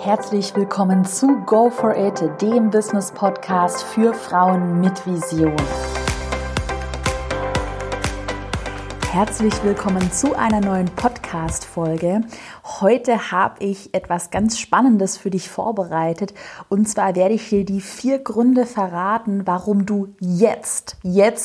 Herzlich willkommen zu Go For It, dem Business-Podcast für Frauen mit Vision. Herzlich willkommen zu einer neuen Podcast-Folge. Heute habe ich etwas ganz Spannendes für dich vorbereitet. Und zwar werde ich dir die 4 Gründe verraten, warum du jetzt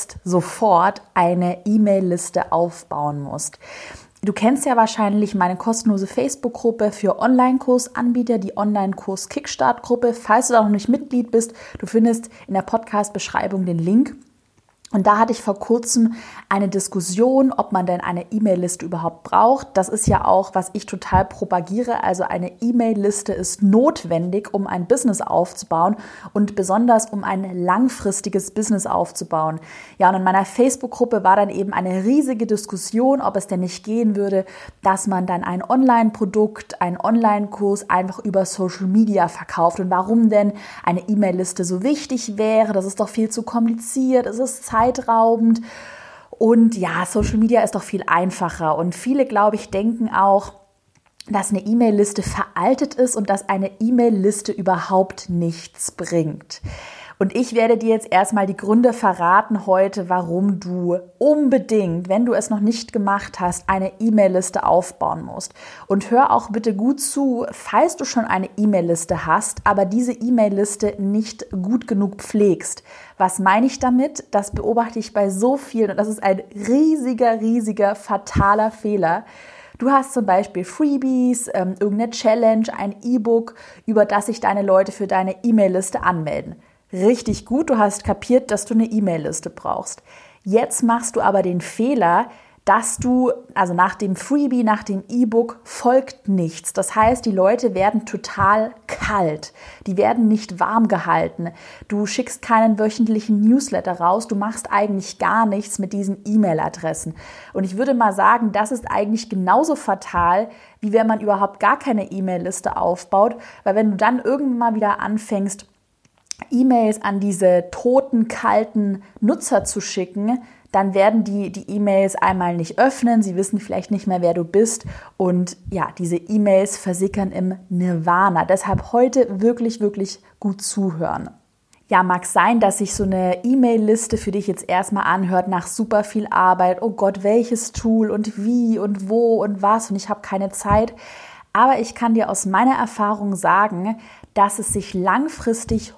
sofort eine E-Mail-Liste aufbauen musst. Du kennst ja wahrscheinlich meine kostenlose Facebook-Gruppe für Online-Kursanbieter, die Online-Kurs-Kickstart-Gruppe. Falls du da noch nicht Mitglied bist, du findest in der Podcast-Beschreibung den Link. Und da hatte ich vor kurzem eine Diskussion, ob man denn eine E-Mail-Liste überhaupt braucht. Das ist ja auch, was ich total propagiere. Also eine E-Mail-Liste ist notwendig, um ein Business aufzubauen und besonders um ein langfristiges Business aufzubauen. Ja, und in meiner Facebook-Gruppe war dann eben eine riesige Diskussion, ob es denn nicht gehen würde, dass man dann ein Online-Produkt, einen Online-Kurs einfach über Social Media verkauft und warum denn eine E-Mail-Liste so wichtig wäre. Das ist doch viel zu kompliziert, es ist zeitraubend und ja, Social Media ist doch viel einfacher und viele, glaube ich, denken auch, dass eine E-Mail-Liste veraltet ist und dass eine E-Mail-Liste überhaupt nichts bringt. Und ich werde dir jetzt erstmal die Gründe verraten heute, warum du unbedingt, wenn du es noch nicht gemacht hast, eine E-Mail-Liste aufbauen musst. Und hör auch bitte gut zu, falls du schon eine E-Mail-Liste hast, aber diese E-Mail-Liste nicht gut genug pflegst. Was meine ich damit? Das beobachte ich bei so vielen und das ist ein riesiger, fataler Fehler. Du hast zum Beispiel Freebies, irgendeine Challenge, ein E-Book, über das sich deine Leute für deine E-Mail-Liste anmelden. Richtig gut, du hast kapiert, dass du eine E-Mail-Liste brauchst. Jetzt machst du aber den Fehler, dass du, also nach dem Freebie, nach dem E-Book folgt nichts. Das heißt, die Leute werden total kalt. Die werden nicht warm gehalten. Du schickst keinen wöchentlichen Newsletter raus. Du machst eigentlich gar nichts mit diesen E-Mail-Adressen. Und ich würde mal sagen, das ist eigentlich genauso fatal, wie wenn man überhaupt gar keine E-Mail-Liste aufbaut. Weil wenn du dann irgendwann mal wieder anfängst, E-Mails an diese toten, kalten Nutzer zu schicken, dann werden die E-Mails einmal nicht öffnen, sie wissen vielleicht nicht mehr, wer du bist und ja, diese E-Mails versickern im Nirvana. Deshalb heute wirklich gut zuhören. Ja, mag sein, dass sich so eine E-Mail-Liste für dich jetzt erstmal anhört nach super viel Arbeit. Oh Gott, welches Tool und wie und wo und was und ich habe keine Zeit. Aber ich kann dir aus meiner Erfahrung sagen, dass es sich langfristig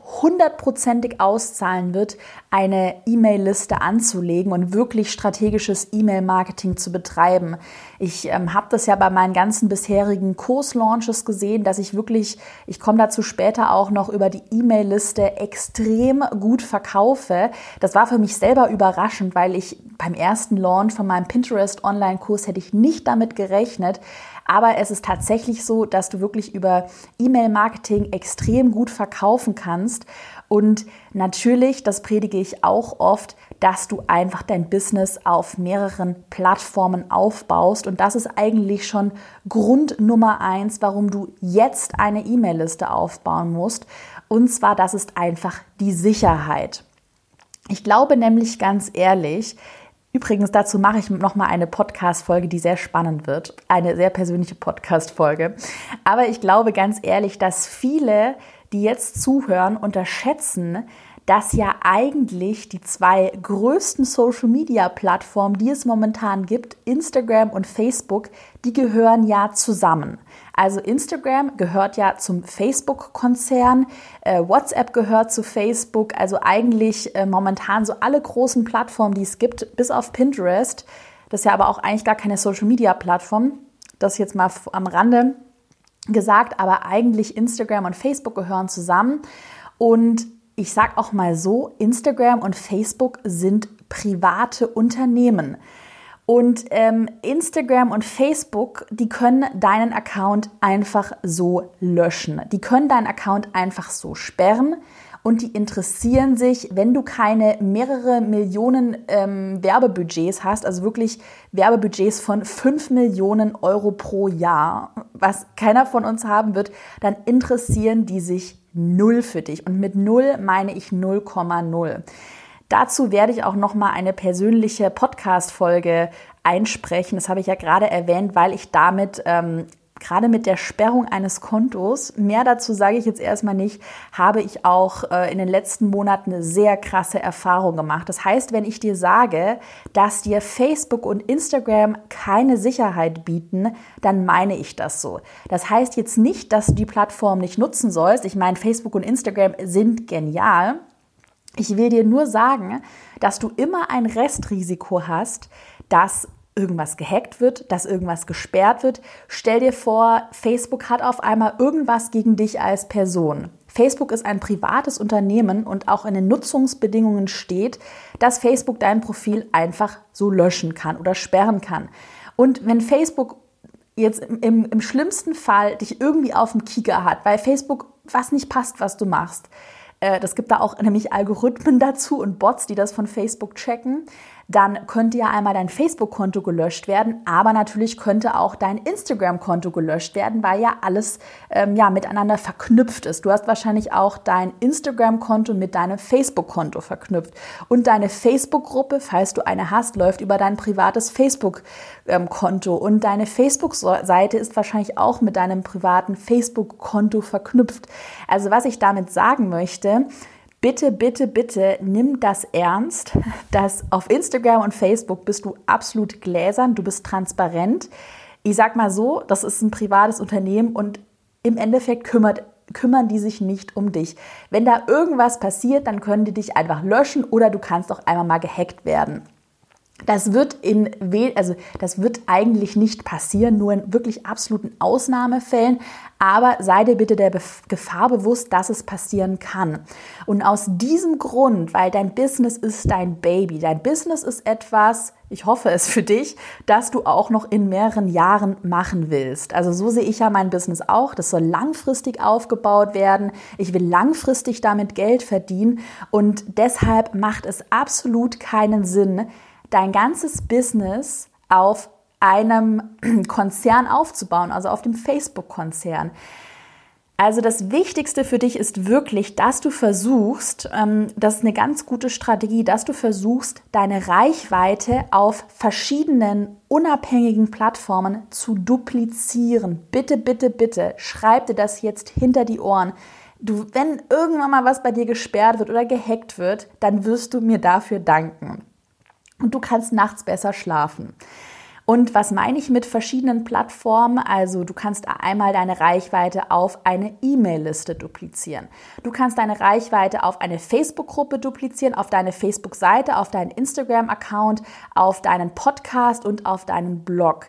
100%ig auszahlen wird, eine E-Mail-Liste anzulegen und wirklich strategisches E-Mail-Marketing zu betreiben. Ich habe das ja bei meinen ganzen bisherigen Kurslaunches gesehen, dass ich komme dazu später auch noch, über die E-Mail-Liste extrem gut verkaufe. Das war für mich selber überraschend, weil ich beim ersten Launch von meinem Pinterest-Online-Kurs hätte ich nicht damit gerechnet. Aber es ist tatsächlich so, dass du wirklich über E-Mail-Marketing extrem gut verkaufen kannst. Und natürlich, das predige ich auch oft, dass du einfach dein Business auf mehreren Plattformen aufbaust. Und das ist eigentlich schon Grund Nummer 1, warum du jetzt eine E-Mail-Liste aufbauen musst. Und zwar, das ist einfach die Sicherheit. Ich glaube nämlich ganz ehrlich, übrigens, dazu mache ich nochmal eine Podcast-Folge, die sehr spannend wird. Eine sehr persönliche Podcast-Folge. Aber ich glaube ganz ehrlich, dass viele, die jetzt zuhören, unterschätzen, dass ja eigentlich die 2 größten Social-Media-Plattformen, die es momentan gibt, Instagram und Facebook, die gehören ja zusammen. Also Instagram gehört ja zum Facebook-Konzern, WhatsApp gehört zu Facebook, also eigentlich momentan so alle großen Plattformen, die es gibt, bis auf Pinterest. Das ist ja aber auch eigentlich gar keine Social-Media-Plattform, das jetzt mal am Rande gesagt, aber eigentlich Instagram und Facebook gehören zusammen und ich sage auch mal so, Instagram und Facebook sind private Unternehmen. Und Instagram und Facebook, die können deinen Account einfach so löschen. Die können deinen Account einfach so sperren und die interessieren sich, wenn du keine mehrere Millionen Werbebudgets hast, also wirklich Werbebudgets von 5 Millionen Euro pro Jahr, was keiner von uns haben wird, dann interessieren die sich null für dich. Und mit null meine ich 0,0. Dazu werde ich auch nochmal eine persönliche Podcast-Folge einsprechen. Das habe ich ja gerade erwähnt, weil ich damit gerade mit der Sperrung eines Kontos, mehr dazu sage ich jetzt erstmal nicht, habe ich auch in den letzten Monaten eine sehr krasse Erfahrung gemacht. Das heißt, wenn ich dir sage, dass dir Facebook und Instagram keine Sicherheit bieten, dann meine ich das so. Das heißt jetzt nicht, dass du die Plattform nicht nutzen sollst. Ich meine, Facebook und Instagram sind genial. Ich will dir nur sagen, dass du immer ein Restrisiko hast, dass irgendwas gehackt wird, dass irgendwas gesperrt wird. Stell dir vor, Facebook hat auf einmal irgendwas gegen dich als Person. Facebook ist ein privates Unternehmen und auch in den Nutzungsbedingungen steht, dass Facebook dein Profil einfach so löschen kann oder sperren kann. Und wenn Facebook jetzt im schlimmsten Fall dich irgendwie auf dem Kieker hat, weil Facebook was nicht passt, was du machst, das gibt da auch nämlich Algorithmen dazu und Bots, die das von Facebook checken. Dann könnte ja einmal dein Facebook-Konto gelöscht werden, aber natürlich könnte auch dein Instagram-Konto gelöscht werden, weil ja alles miteinander verknüpft ist. Du hast wahrscheinlich auch dein Instagram-Konto mit deinem Facebook-Konto verknüpft. Und deine Facebook-Gruppe, falls du eine hast, läuft über dein privates Facebook-Konto. Und deine Facebook-Seite ist wahrscheinlich auch mit deinem privaten Facebook-Konto verknüpft. Also was ich damit sagen möchte, bitte, bitte, bitte nimm das ernst, dass auf Instagram und Facebook bist du absolut gläsern, du bist transparent. Ich sag mal so, das ist ein privates Unternehmen und im Endeffekt kümmern die sich nicht um dich. Wenn da irgendwas passiert, dann können die dich einfach löschen oder du kannst auch einmal mal gehackt werden. Das wird eigentlich nicht passieren, nur in wirklich absoluten Ausnahmefällen. Aber sei dir bitte der Gefahr bewusst, dass es passieren kann. Und aus diesem Grund, weil dein Business ist dein Baby, dein Business ist etwas, ich hoffe es für dich, dass du auch noch in mehreren Jahren machen willst. Also so sehe ich ja mein Business auch. Das soll langfristig aufgebaut werden. Ich will langfristig damit Geld verdienen. Und deshalb macht es absolut keinen Sinn, dein ganzes Business auf einem Konzern aufzubauen, also auf dem Facebook-Konzern. Also das Wichtigste für dich ist wirklich, dass du versuchst, das ist eine ganz gute Strategie, dass du versuchst, deine Reichweite auf verschiedenen unabhängigen Plattformen zu duplizieren. Bitte, bitte, bitte, schreib dir das jetzt hinter die Ohren. Wenn irgendwann mal was bei dir gesperrt wird oder gehackt wird, dann wirst du mir dafür danken. Und du kannst nachts besser schlafen. Und was meine ich mit verschiedenen Plattformen? Also du kannst einmal deine Reichweite auf eine E-Mail-Liste duplizieren. Du kannst deine Reichweite auf eine Facebook-Gruppe duplizieren, auf deine Facebook-Seite, auf deinen Instagram-Account, auf deinen Podcast und auf deinen Blog.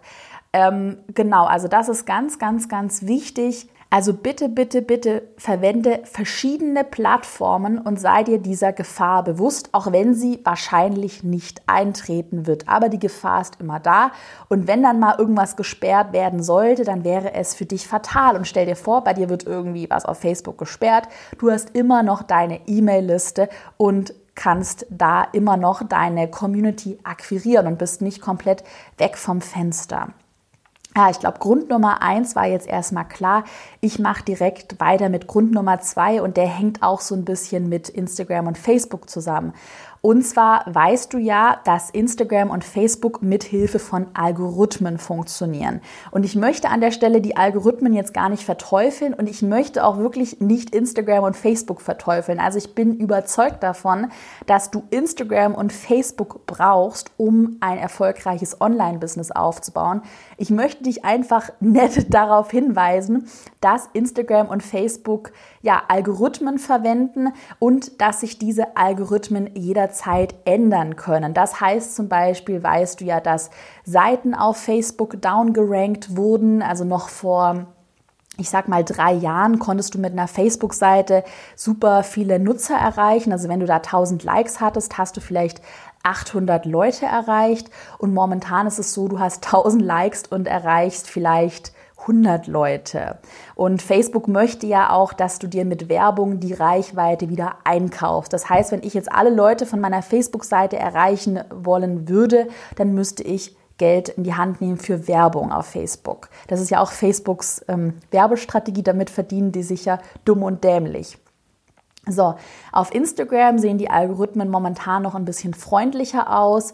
Genau, also das ist ganz, ganz, ganz wichtig. Also bitte, bitte, bitte verwende verschiedene Plattformen und sei dir dieser Gefahr bewusst, auch wenn sie wahrscheinlich nicht eintreten wird. Aber die Gefahr ist immer da und wenn dann mal irgendwas gesperrt werden sollte, dann wäre es für dich fatal. Und stell dir vor, bei dir wird irgendwie was auf Facebook gesperrt, du hast immer noch deine E-Mail-Liste und kannst da immer noch deine Community akquirieren und bist nicht komplett weg vom Fenster. Ja, ich glaube, Grund Nummer 1 war jetzt erstmal klar. Ich mache direkt weiter mit Grund Nummer 2 und der hängt auch so ein bisschen mit Instagram und Facebook zusammen. Und zwar weißt du ja, dass Instagram und Facebook mit Hilfe von Algorithmen funktionieren. Und ich möchte an der Stelle die Algorithmen jetzt gar nicht verteufeln und ich möchte auch wirklich nicht Instagram und Facebook verteufeln. Also ich bin überzeugt davon, dass du Instagram und Facebook brauchst, um ein erfolgreiches Online-Business aufzubauen. Ich möchte dich einfach nett darauf hinweisen, dass Instagram und Facebook Algorithmen verwenden und dass sich diese Algorithmen jederzeit ändern können. Das heißt zum Beispiel, weißt du ja, dass Seiten auf Facebook downgerankt wurden, also noch vor, ich sag mal 3 Jahren konntest du mit einer Facebook-Seite super viele Nutzer erreichen. Also wenn du da 1000 Likes hattest, hast du vielleicht 800 Leute erreicht und momentan ist es so, du hast 1000 Likes und erreichst vielleicht 100 Leute. Und Facebook möchte ja auch, dass du dir mit Werbung die Reichweite wieder einkaufst. Das heißt, wenn ich jetzt alle Leute von meiner Facebook-Seite erreichen wollen würde, dann müsste ich Geld in die Hand nehmen für Werbung auf Facebook. Das ist ja auch Facebooks Werbestrategie, damit verdienen die sich ja dumm und dämlich. So, auf Instagram sehen die Algorithmen momentan noch ein bisschen freundlicher aus.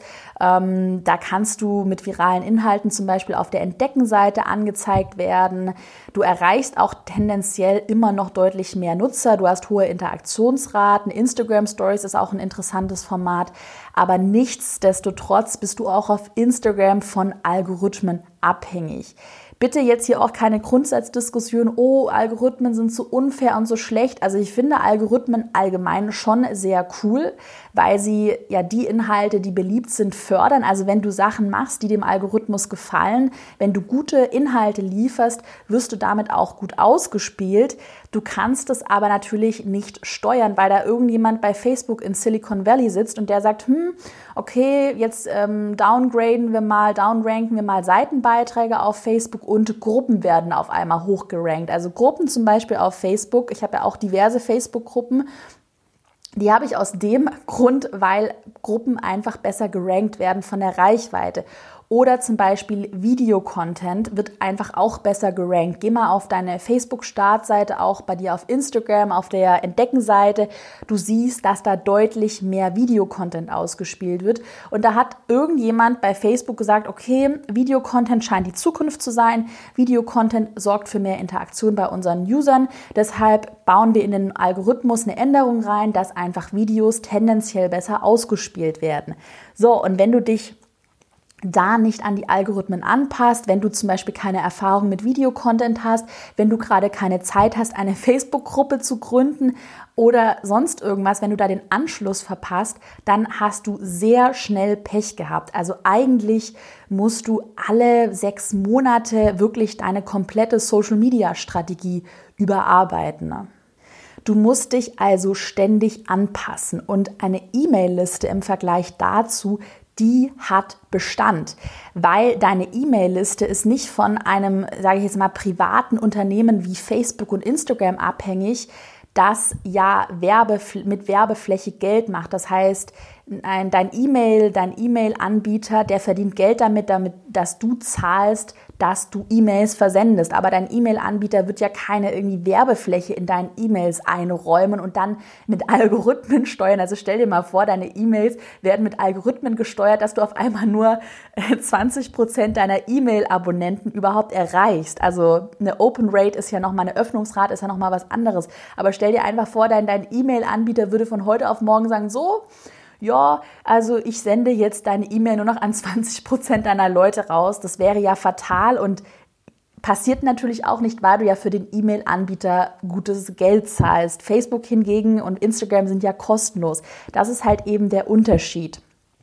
Da kannst du mit viralen Inhalten zum Beispiel auf der Entdecken-Seite angezeigt werden. Du erreichst auch tendenziell immer noch deutlich mehr Nutzer. Du hast hohe Interaktionsraten. Instagram Stories ist auch ein interessantes Format. Aber nichtsdestotrotz bist du auch auf Instagram von Algorithmen abhängig. Bitte jetzt hier auch keine Grundsatzdiskussion, oh, Algorithmen sind so unfair und so schlecht. Also ich finde Algorithmen allgemein schon sehr cool, weil sie ja die Inhalte, die beliebt sind, fördern. Also wenn du Sachen machst, die dem Algorithmus gefallen, wenn du gute Inhalte lieferst, wirst du damit auch gut ausgespielt. Du kannst es aber natürlich nicht steuern, weil da irgendjemand bei Facebook in Silicon Valley sitzt und der sagt, okay, jetzt downranken wir mal Seitenbeiträge auf Facebook und Gruppen werden auf einmal hochgerankt. Also Gruppen zum Beispiel auf Facebook, ich habe ja auch diverse Facebook-Gruppen, die habe ich aus dem Grund, weil Gruppen einfach besser gerankt werden von der Reichweite. Oder zum Beispiel Videocontent wird einfach auch besser gerankt. Geh mal auf deine Facebook-Startseite, auch bei dir auf Instagram, auf der Entdecken-Seite. Du siehst, dass da deutlich mehr Videocontent ausgespielt wird. Und da hat irgendjemand bei Facebook gesagt, okay, Videocontent scheint die Zukunft zu sein. Videocontent sorgt für mehr Interaktion bei unseren Usern. Deshalb bauen wir in den Algorithmus eine Änderung rein, dass einfach Videos tendenziell besser ausgespielt werden. So, und wenn du dich da nicht an die Algorithmen anpasst, wenn du zum Beispiel keine Erfahrung mit Videocontent hast, wenn du gerade keine Zeit hast, eine Facebook-Gruppe zu gründen oder sonst irgendwas, wenn du da den Anschluss verpasst, dann hast du sehr schnell Pech gehabt. Also eigentlich musst du alle 6 Monate wirklich deine komplette Social-Media-Strategie überarbeiten. Du musst dich also ständig anpassen und eine E-Mail-Liste im Vergleich dazu, die hat Bestand, weil deine E-Mail-Liste ist nicht von einem, sage ich jetzt mal, privaten Unternehmen wie Facebook und Instagram abhängig, das ja mit Werbefläche Geld macht. Das heißt, dein E-Mail-Anbieter, der verdient Geld damit, dass du zahlst, dass du E-Mails versendest. Aber dein E-Mail-Anbieter wird ja keine irgendwie Werbefläche in deinen E-Mails einräumen und dann mit Algorithmen steuern. Also stell dir mal vor, deine E-Mails werden mit Algorithmen gesteuert, dass du auf einmal nur 20% deiner E-Mail-Abonnenten überhaupt erreichst. Also eine Open Rate ist ja nochmal, eine Öffnungsrate ist ja nochmal was anderes. Aber stell dir einfach vor, dein E-Mail-Anbieter würde von heute auf morgen sagen, so, ja, also ich sende jetzt deine E-Mail nur noch an 20% deiner Leute raus. Das wäre ja fatal und passiert natürlich auch nicht, weil du ja für den E-Mail-Anbieter gutes Geld zahlst. Facebook hingegen und Instagram sind ja kostenlos. Das ist halt eben der Unterschied.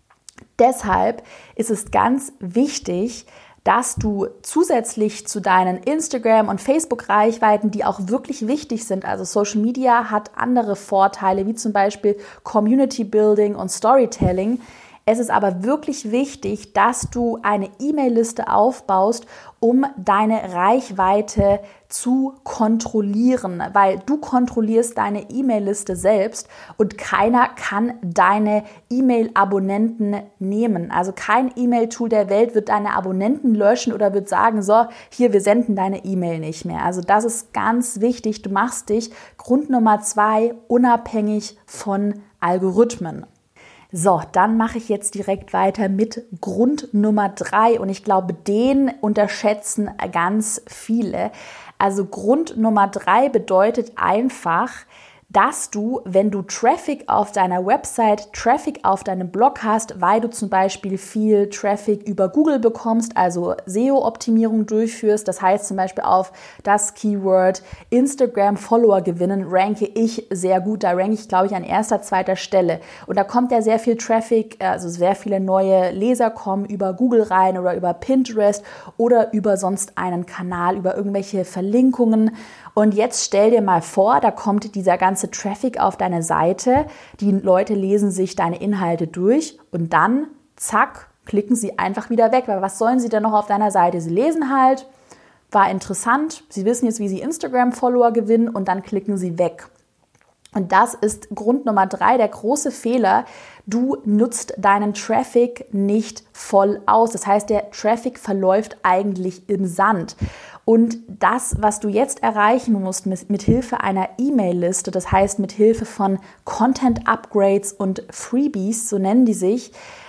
Deshalb ist es ganz wichtig, dass du zusätzlich zu deinen Instagram- und Facebook-Reichweiten, die auch wirklich wichtig sind, also Social Media hat andere Vorteile, wie zum Beispiel Community Building und Storytelling. Es ist aber wirklich wichtig, dass du eine E-Mail-Liste aufbaust, um deine Reichweite zu kontrollieren, weil du kontrollierst deine E-Mail-Liste selbst und keiner kann deine E-Mail-Abonnenten nehmen. Also kein E-Mail-Tool der Welt wird deine Abonnenten löschen oder wird sagen, so, hier, wir senden deine E-Mail nicht mehr. Also das ist ganz wichtig. Du machst dich, Grund Nummer 2, unabhängig von Algorithmen. So, dann mache ich jetzt direkt weiter mit Grund Nummer 3 und ich glaube, den unterschätzen ganz viele. Also Grund Nummer 3 bedeutet einfach, dass du, wenn du Traffic auf deiner Website, Traffic auf deinem Blog hast, weil du zum Beispiel viel Traffic über Google bekommst, also SEO-Optimierung durchführst, das heißt zum Beispiel auf das Keyword Instagram-Follower gewinnen, ranke ich sehr gut. Da ranke ich, glaube ich, an 1., 2. Stelle. Und da kommt ja sehr viel Traffic, also sehr viele neue Leser kommen über Google rein oder über Pinterest oder über sonst einen Kanal, über irgendwelche Verlinkungen. Und jetzt stell dir mal vor, da kommt dieser ganze Traffic auf deine Seite, die Leute lesen sich deine Inhalte durch und dann, zack, klicken sie einfach wieder weg. Weil was sollen sie denn noch auf deiner Seite? Sie lesen halt, war interessant, sie wissen jetzt, wie sie Instagram-Follower gewinnen und dann klicken sie weg. Und das ist Grund Nummer 3, der große Fehler. Du nutzt deinen Traffic nicht voll aus. Das heißt, der Traffic verläuft eigentlich im Sand. Und das, was du jetzt erreichen musst mit Hilfe einer E-Mail-Liste, das heißt mit Hilfe von Content-Upgrades und Freebies, so nennen die sich,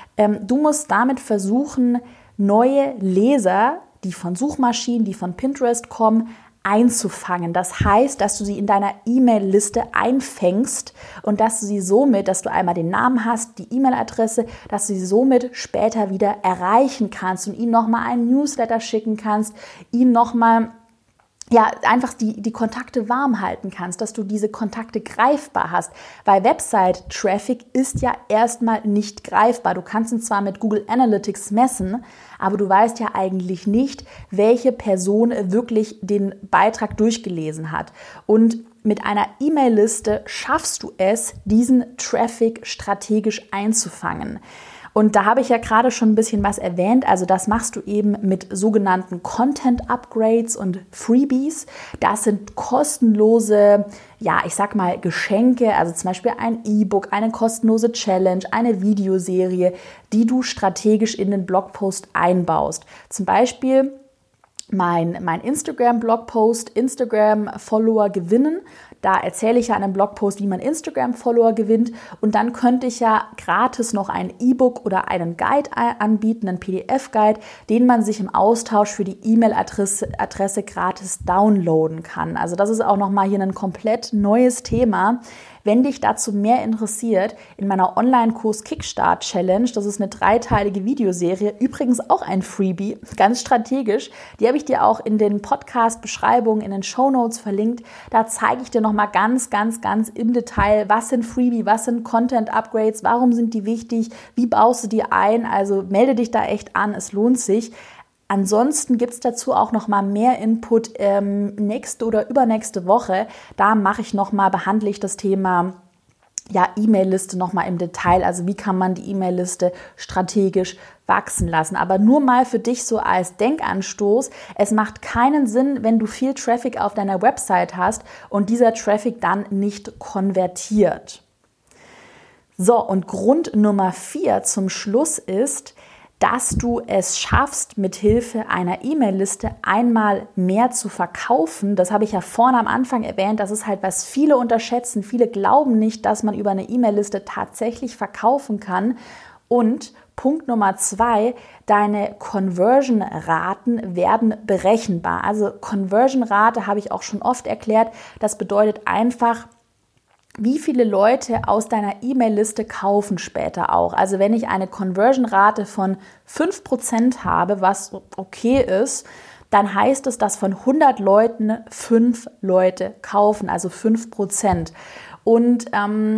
du musst damit versuchen, neue Leser, die von Suchmaschinen, die von Pinterest kommen, einzufangen. Das heißt, dass du sie in deiner E-Mail-Liste einfängst und dass du sie somit, dass du einmal den Namen hast, die E-Mail-Adresse, dass du sie somit später wieder erreichen kannst und ihnen nochmal einen Newsletter schicken kannst, ihnen nochmal einfach die Kontakte warm halten kannst, dass du diese Kontakte greifbar hast, weil Website-Traffic ist ja erstmal nicht greifbar. Du kannst ihn zwar mit Google Analytics messen, aber du weißt ja eigentlich nicht, welche Person wirklich den Beitrag durchgelesen hat. Und mit einer E-Mail-Liste schaffst du es, diesen Traffic strategisch einzufangen. Und da habe ich ja gerade schon ein bisschen was erwähnt. Also das machst du eben mit sogenannten Content-Upgrades und Freebies. Das sind kostenlose, Geschenke, also zum Beispiel ein E-Book, eine kostenlose Challenge, eine Videoserie, die du strategisch in den Blogpost einbaust. Zum Beispiel mein Instagram-Blogpost, Instagram-Follower gewinnen. Da erzähle ich ja in einem Blogpost, wie man Instagram-Follower gewinnt. Und dann könnte ich ja gratis noch ein E-Book oder einen Guide anbieten, einen PDF-Guide, den man sich im Austausch für die E-Mail-Adresse gratis downloaden kann. Also das ist auch nochmal hier ein komplett neues Thema. Wenn dich dazu mehr interessiert, in meiner Online-Kurs Kickstart Challenge, das ist eine 3-teilige Videoserie, übrigens auch ein Freebie, ganz strategisch, die habe ich dir auch in den Podcast-Beschreibungen, in den Shownotes verlinkt. Da zeige ich dir nochmal ganz im Detail, was sind Freebie, was sind Content-Upgrades, warum sind die wichtig, wie baust du die ein, also melde dich da echt an, es lohnt sich. Ansonsten gibt es dazu auch noch mal mehr Input nächste oder übernächste Woche. Da behandle ich das Thema E-Mail-Liste noch mal im Detail. Also wie kann man die E-Mail-Liste strategisch wachsen lassen. Aber nur mal für dich so als Denkanstoß. Es macht keinen Sinn, wenn du viel Traffic auf deiner Website hast und dieser Traffic dann nicht konvertiert. So, und Grund Nummer 4 zum Schluss ist, dass du es schaffst, mit Hilfe einer E-Mail-Liste einmal mehr zu verkaufen. Das habe ich ja vorne am Anfang erwähnt. Das ist halt, was viele unterschätzen. Viele glauben nicht, dass man über eine E-Mail-Liste tatsächlich verkaufen kann. Und Punkt Nummer 2, deine Conversion-Raten werden berechenbar. Also Conversion-Rate habe ich auch schon oft erklärt. Das bedeutet einfach, wie viele Leute aus deiner E-Mail-Liste kaufen später auch. Also wenn ich eine Conversion-Rate von 5% habe, was okay ist, dann heißt es, dass von 100 Leuten 5 Leute kaufen, also 5%. Und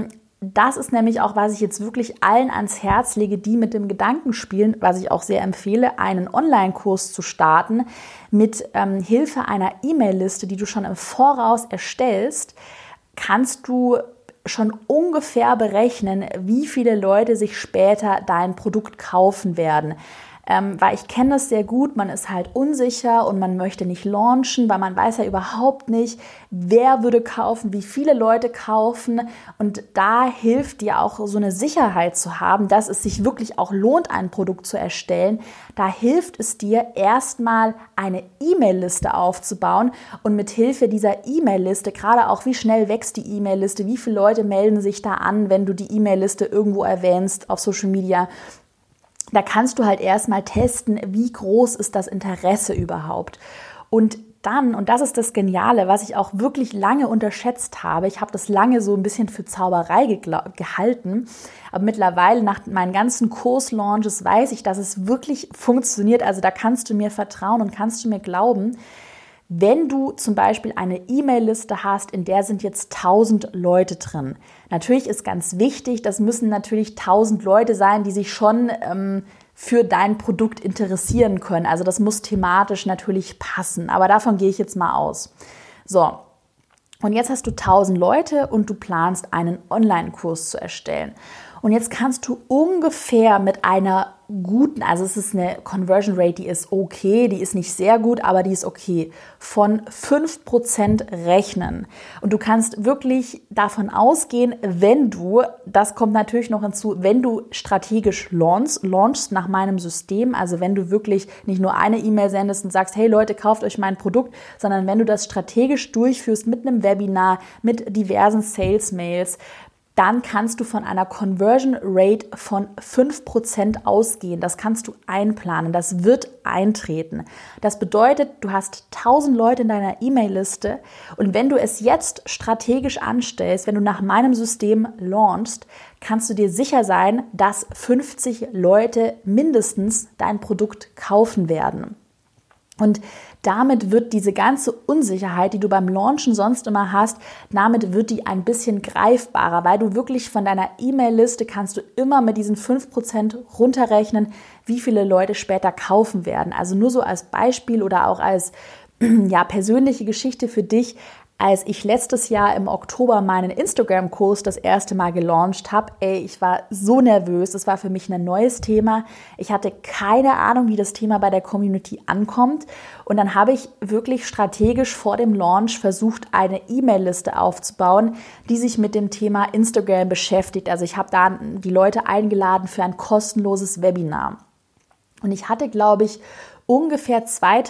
das ist nämlich auch, was ich jetzt wirklich allen ans Herz lege, die mit dem Gedanken spielen, was ich auch sehr empfehle, einen Online-Kurs zu starten mit Hilfe einer E-Mail-Liste, die du schon im Voraus erstellst. Kannst du schon ungefähr berechnen, wie viele Leute sich später dein Produkt kaufen werden. Weil ich kenne das sehr gut, man ist halt unsicher und man möchte nicht launchen, weil man weiß ja überhaupt nicht, wer würde kaufen, wie viele Leute kaufen, und da hilft dir auch so eine Sicherheit zu haben, dass es sich wirklich auch lohnt, ein Produkt zu erstellen. Da hilft es dir erstmal eine E-Mail-Liste aufzubauen und mit Hilfe dieser E-Mail-Liste, gerade auch wie schnell wächst die E-Mail-Liste, wie viele Leute melden sich da an, wenn du die E-Mail-Liste irgendwo erwähnst auf Social Media. Da kannst du halt erstmal testen, wie groß ist das Interesse überhaupt. Und dann, und das ist das Geniale, was ich auch wirklich lange unterschätzt habe, ich habe das lange so ein bisschen für Zauberei gehalten, aber mittlerweile nach meinen ganzen Kurslaunches weiß ich, dass es wirklich funktioniert. Also da kannst du mir vertrauen und kannst du mir glauben. Wenn du zum Beispiel eine E-Mail-Liste hast, in der sind jetzt 1000 Leute drin. Natürlich ist ganz wichtig, das müssen natürlich 1000 Leute sein, die sich schon für dein Produkt interessieren können. Also das muss thematisch natürlich passen, aber davon gehe ich jetzt mal aus. So, und jetzt hast du 1000 Leute und du planst einen Online-Kurs zu erstellen. Und jetzt kannst du ungefähr mit einer guten, also es ist eine Conversion Rate, die ist okay, die ist nicht sehr gut, aber die ist okay, von 5% rechnen. Und du kannst wirklich davon ausgehen, wenn du, das kommt natürlich noch hinzu, wenn du strategisch launchst nach meinem System, also wenn du wirklich nicht nur eine E-Mail sendest und sagst, hey Leute, kauft euch mein Produkt, sondern wenn du das strategisch durchführst mit einem Webinar, mit diversen Sales-Mails, dann kannst du von einer Conversion Rate von 5% ausgehen. Das kannst du einplanen. Das wird eintreten. Das bedeutet, du hast 1000 Leute in deiner E-Mail-Liste und wenn du es jetzt strategisch anstellst, wenn du nach meinem System launchst, kannst du dir sicher sein, dass 50 Leute mindestens dein Produkt kaufen werden. Und damit wird diese ganze Unsicherheit, die du beim Launchen sonst immer hast, damit wird die ein bisschen greifbarer, weil du wirklich von deiner E-Mail-Liste kannst du immer mit diesen 5% runterrechnen, wie viele Leute später kaufen werden. Also nur so als Beispiel oder auch als persönliche Geschichte für dich. Als ich letztes Jahr im Oktober meinen Instagram-Kurs das erste Mal gelauncht habe, ich war so nervös. Das war für mich ein neues Thema. Ich hatte keine Ahnung, wie das Thema bei der Community ankommt. Und dann habe ich wirklich strategisch vor dem Launch versucht, eine E-Mail-Liste aufzubauen, die sich mit dem Thema Instagram beschäftigt. Also ich habe da die Leute eingeladen für ein kostenloses Webinar. Und ich hatte, glaube ich, ungefähr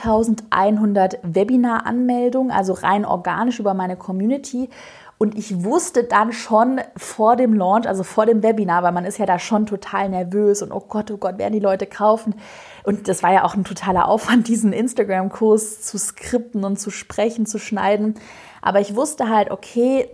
2100 Webinar-Anmeldungen, also rein organisch über meine Community. Und ich wusste dann schon vor dem Launch, also vor dem Webinar, weil man ist ja da schon total nervös und oh Gott, werden die Leute kaufen. Und das war ja auch ein totaler Aufwand, diesen Instagram-Kurs zu skripten und zu sprechen, zu schneiden. Aber ich wusste halt, okay,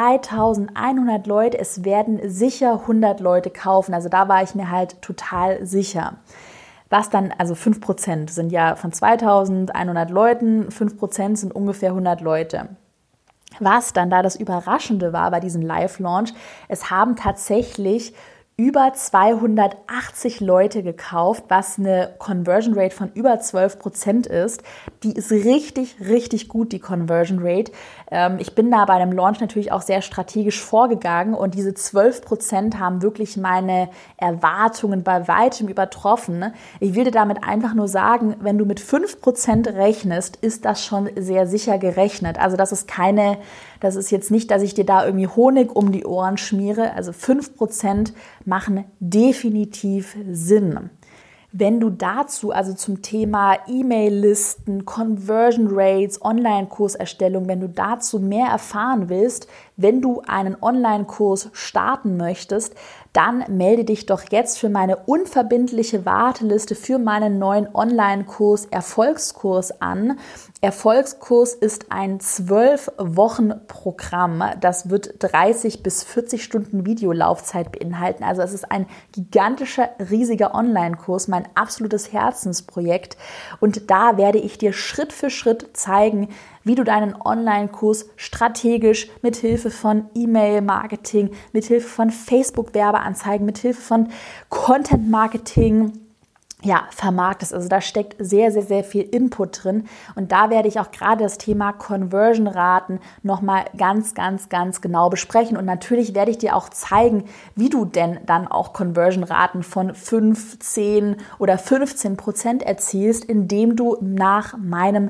2100 Leute, es werden sicher 100 Leute kaufen. Also da war ich mir halt total sicher. Was dann, also 5% sind ja von 2100 Leuten, 5% sind ungefähr 100 Leute. Was dann da das Überraschende war bei diesem Live-Launch, es haben tatsächlich über 280 Leute gekauft, was eine Conversion Rate von über 12% ist. Die ist richtig, richtig gut, die Conversion Rate. Ich bin da bei einem Launch natürlich auch sehr strategisch vorgegangen und diese 12% haben wirklich meine Erwartungen bei weitem übertroffen. Ich will dir damit einfach nur sagen, wenn du mit 5% rechnest, ist das schon sehr sicher gerechnet. Also das ist jetzt nicht, dass ich dir da irgendwie Honig um die Ohren schmiere. Also 5% machen definitiv Sinn. Wenn du dazu, also zum Thema E-Mail-Listen, Conversion Rates, Online-Kurserstellung, wenn du dazu mehr erfahren willst, wenn du einen Online-Kurs starten möchtest, dann melde dich doch jetzt für meine unverbindliche Warteliste für meinen neuen Online-Kurs Erfolgskurs an. Erfolgskurs ist ein 12-Wochen-Programm. Das wird 30 bis 40 Stunden Videolaufzeit beinhalten. Also es ist ein gigantischer, riesiger Online-Kurs, mein absolutes Herzensprojekt. Und da werde ich dir Schritt für Schritt zeigen, wie du deinen Online-Kurs strategisch mithilfe von E-Mail-Marketing, mithilfe von Facebook-Werbeanzeigen, mithilfe von Content-Marketing vermarktest. Also da steckt sehr, sehr, sehr viel Input drin. Und da werde ich auch gerade das Thema Conversion-Raten nochmal ganz, ganz, ganz genau besprechen. Und natürlich werde ich dir auch zeigen, wie du denn dann auch Conversion-Raten von 5, 10 oder 15% erzielst, indem du nach meinem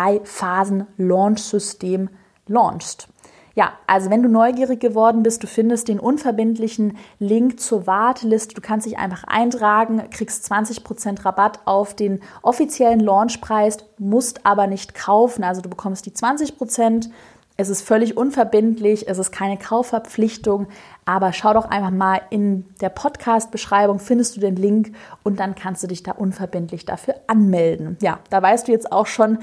3-Phasen-Launch-System launchst. Ja, also wenn du neugierig geworden bist, du findest den unverbindlichen Link zur Warteliste. Du kannst dich einfach eintragen, kriegst 20% Rabatt auf den offiziellen Launchpreis, musst aber nicht kaufen. Also du bekommst die 20%. Es ist völlig unverbindlich, es ist keine Kaufverpflichtung, aber schau doch einfach mal in der Podcast-Beschreibung, findest du den Link und dann kannst du dich da unverbindlich dafür anmelden. Ja, da weißt du jetzt auch schon,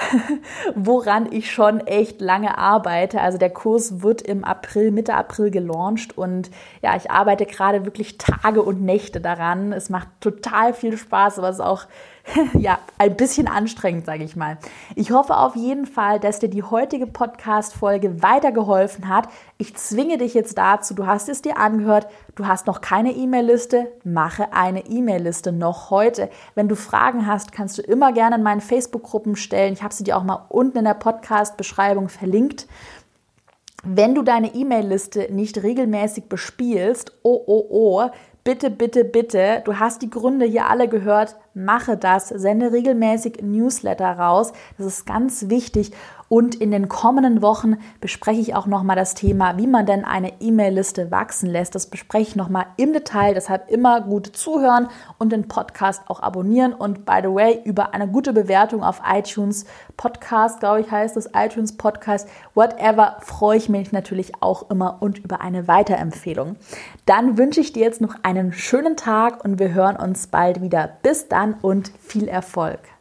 woran ich schon echt lange arbeite. Also der Kurs wird im April, Mitte April gelauncht und ja, ich arbeite gerade wirklich Tage und Nächte daran. Es macht total viel Spaß, aber es ist auch ein bisschen anstrengend, sage ich mal. Ich hoffe auf jeden Fall, dass dir die heutige Podcast-Folge weitergeholfen hat. Ich zwinge dich jetzt dazu, du hast es dir angehört, du hast noch keine E-Mail-Liste, mache eine E-Mail-Liste noch heute. Wenn du Fragen hast, kannst du immer gerne in meinen Facebook-Gruppen stellen. Ich habe sie dir auch mal unten in der Podcast-Beschreibung verlinkt. Wenn du deine E-Mail-Liste nicht regelmäßig bespielst, bitte, bitte, bitte, du hast die Gründe hier alle gehört, mache das, sende regelmäßig Newsletter raus, das ist ganz wichtig. Und in den kommenden Wochen bespreche ich auch nochmal das Thema, wie man denn eine E-Mail-Liste wachsen lässt. Das bespreche ich nochmal im Detail, deshalb immer gut zuhören und den Podcast auch abonnieren. Und by the way, über eine gute Bewertung auf iTunes Podcast, glaube ich, heißt das, iTunes Podcast, whatever, freue ich mich natürlich auch immer und über eine Weiterempfehlung. Dann wünsche ich dir jetzt noch einen schönen Tag und wir hören uns bald wieder. Bis dann und viel Erfolg.